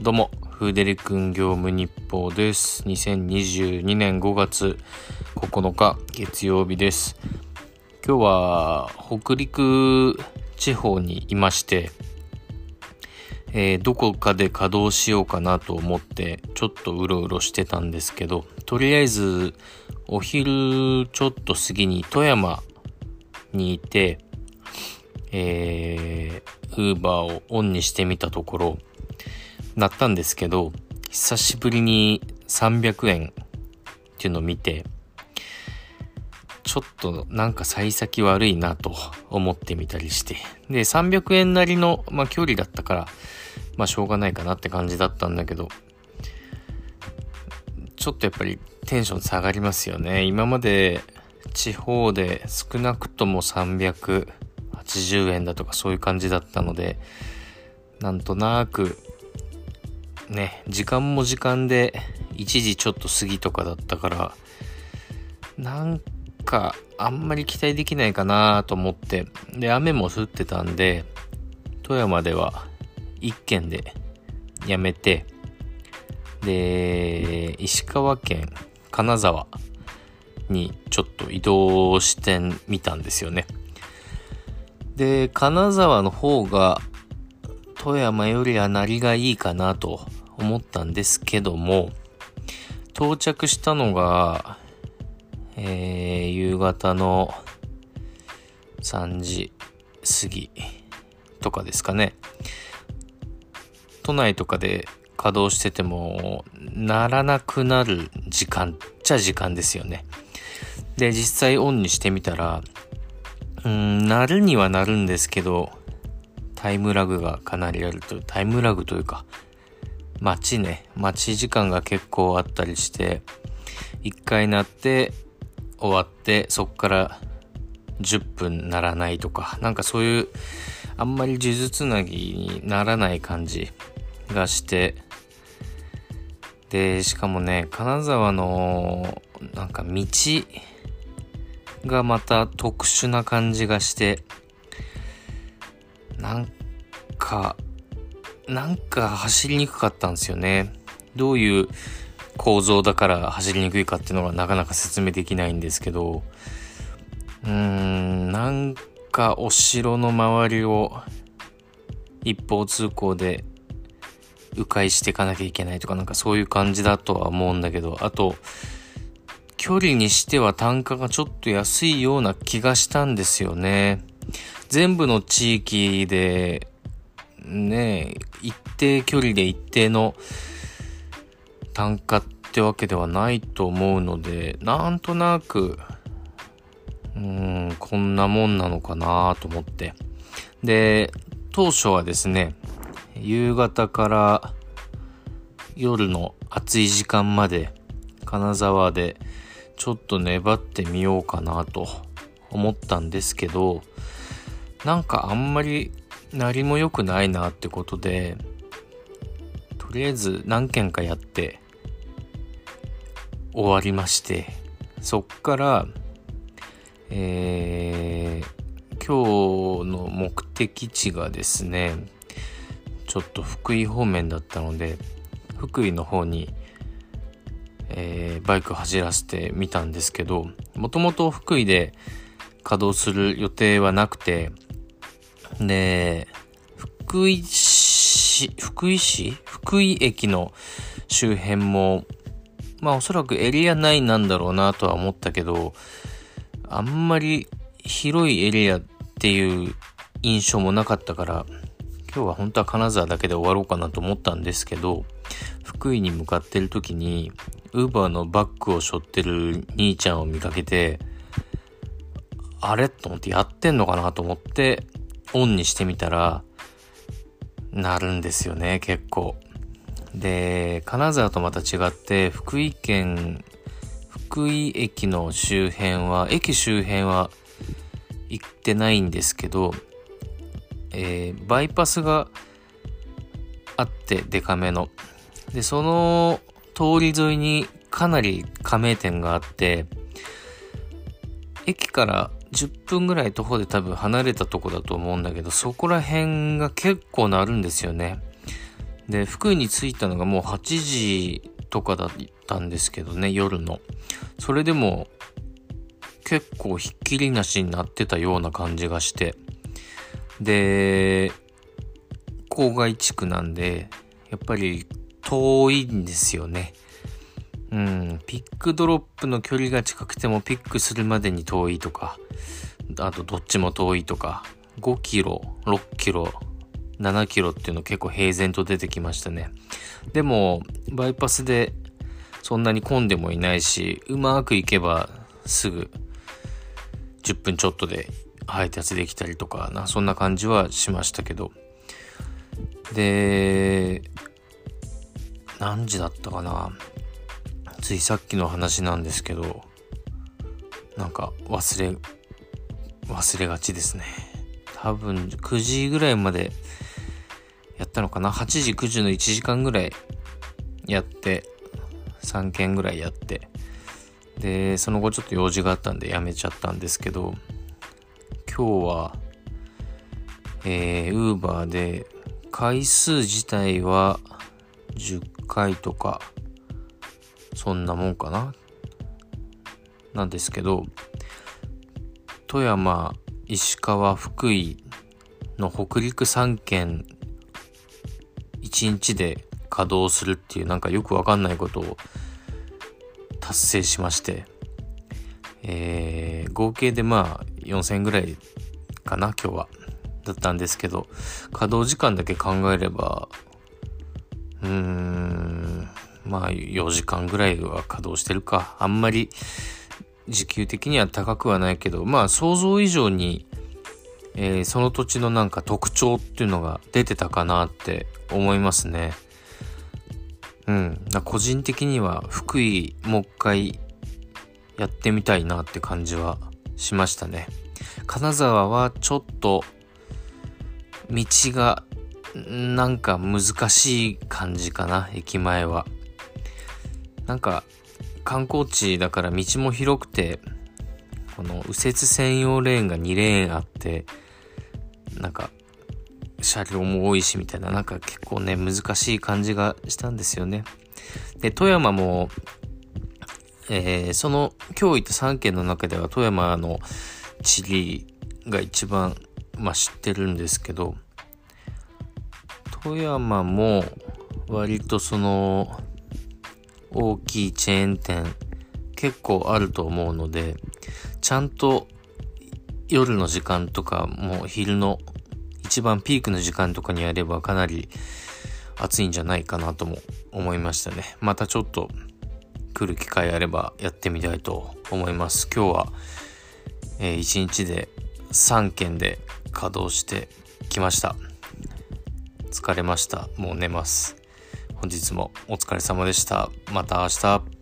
どうも、フーデリ君業務日報です。2022年5月9日月曜日です。今日は北陸地方にいまして、どこかで稼働しようかなと思ってちょっとうろうろしてたんですけど、とりあえずお昼ちょっと過ぎに富山にいて、Uber をオンにしてみたところなったんですけど、久しぶりに300円っていうのを見て、ちょっとなんか幸先悪いなと思ってみたりして、で300円なりの距離だったからしょうがないかなって感じだったんだけど、ちょっとやっぱりテンション下がりますよね。今まで地方で少なくとも380円だとかそういう感じだったので、なんとなくね、時間も時間で1時ちょっと過ぎとかだったから、なんかあんまり期待できないかなと思って、で雨も降ってたんで富山では1軒でやめて、で石川県金沢にちょっと移動してみたんですよね。で金沢の方が富山よりはなりがいいかなと思ったんですけども、到着したのが、夕方の3時過ぎとかですかね。都内とかで稼働しててもならなくなる時間っちゃ時間ですよね。で実際オンにしてみたらなるにはなるんですけど、タイムラグがかなりあると、タイムラグというか待ち時間が結構あったりして、1回鳴って終わってそっから10分鳴らないとか、なんかそういうあんまり数珠つなぎにならない感じがして、でしかもね、金沢のなんか道がまた特殊な感じがして、なんか走りにくかったんですよね。どういう構造だから走りにくいかっていうのがなかなか説明できないんですけど、なんかお城の周りを一方通行で迂回していかなきゃいけないとか、なんかそういう感じだとは思うんだけど、あと距離にしては単価がちょっと安いような気がしたんですよね。全部の地域でね、一定距離で一定の単価ってわけではないと思うので、なんとなくこんなもんなのかなと思って、で当初はですね、夕方から夜の暑い時間まで金沢でちょっと粘ってみようかなと思ったんですけど、なんかあんまり鳴りも良くないなってことで、とりあえず何件かやって終わりまして、そっから今日の目的地がですね、ちょっと福井方面だったので、福井の方に、バイク走らせてみたんですけど、もともと福井で稼働する予定はなくて、で福井駅の周辺もおそらくエリア内なんだろうなとは思ったけど、あんまり広いエリアっていう印象もなかったから、今日は本当は金沢だけで終わろうかなと思ったんですけど、福井に向かってる時にUberのバッグを背負ってる兄ちゃんを見かけて、あれと思ってやってんのかなと思ってオンにしてみたらなるんですよね、結構。で金沢とまた違って福井駅の周辺は行ってないんですけど、バイパスがあってデカめの、でその通り沿いにかなり加盟店があって、駅から10分ぐらい徒歩で多分離れたとこだと思うんだけど、そこら辺が結構なるんですよね。 で、福井に着いたのがもう8時とかだったんですけどね、夜の。それでも結構ひっきりなしになってたような感じがして。で、郊外地区なんで、やっぱり遠いんですよね。ピックドロップの距離が近くてもピックするまでに遠いとか、あとどっちも遠いとか、5キロ、6キロ、7キロっていうの結構平然と出てきましたね。でもバイパスでそんなに混んでもいないし、うまくいけばすぐ10分ちょっとで配達できたりとかな、そんな感じはしましたけど。で、何時だったかな、ついさっきの話なんですけど、なんか忘れがちですね。多分9時ぐらいまでやったのかな。8時9時の1時間ぐらいやって、3件ぐらいやって、でその後ちょっと用事があったんでやめちゃったんですけど、今日はUber で回数自体は10回とかそんなもんかななんですけど、富山、石川、福井の北陸3県1日で稼働するっていう、なんかよくわかんないことを達成しまして、合計で4000ぐらいかな今日はだったんですけど、稼働時間だけ考えれば4時間ぐらいは稼働してるか。あんまり時給的には高くはないけど、想像以上に、その土地のなんか特徴っていうのが出てたかなって思いますね。個人的には福井もう一回やってみたいなって感じはしましたね。金沢はちょっと道がなんか難しい感じかな。駅前はなんか観光地だから道も広くて、この右折専用レーンが2レーンあって、なんか車両も多いしみたいな、なんか結構ね難しい感じがしたんですよね。で、富山も、その今日行った3県の中では富山の地理が一番知ってるんですけど、富山も割とその大きいチェーン店結構あると思うので、ちゃんと夜の時間とかも昼の一番ピークの時間とかにやればかなり暑いんじゃないかなとも思いましたね。またちょっと来る機会あればやってみたいと思います。今日は、1日で3件で稼働してきました。疲れました。もう寝ます。本日もお疲れ様でした。また明日。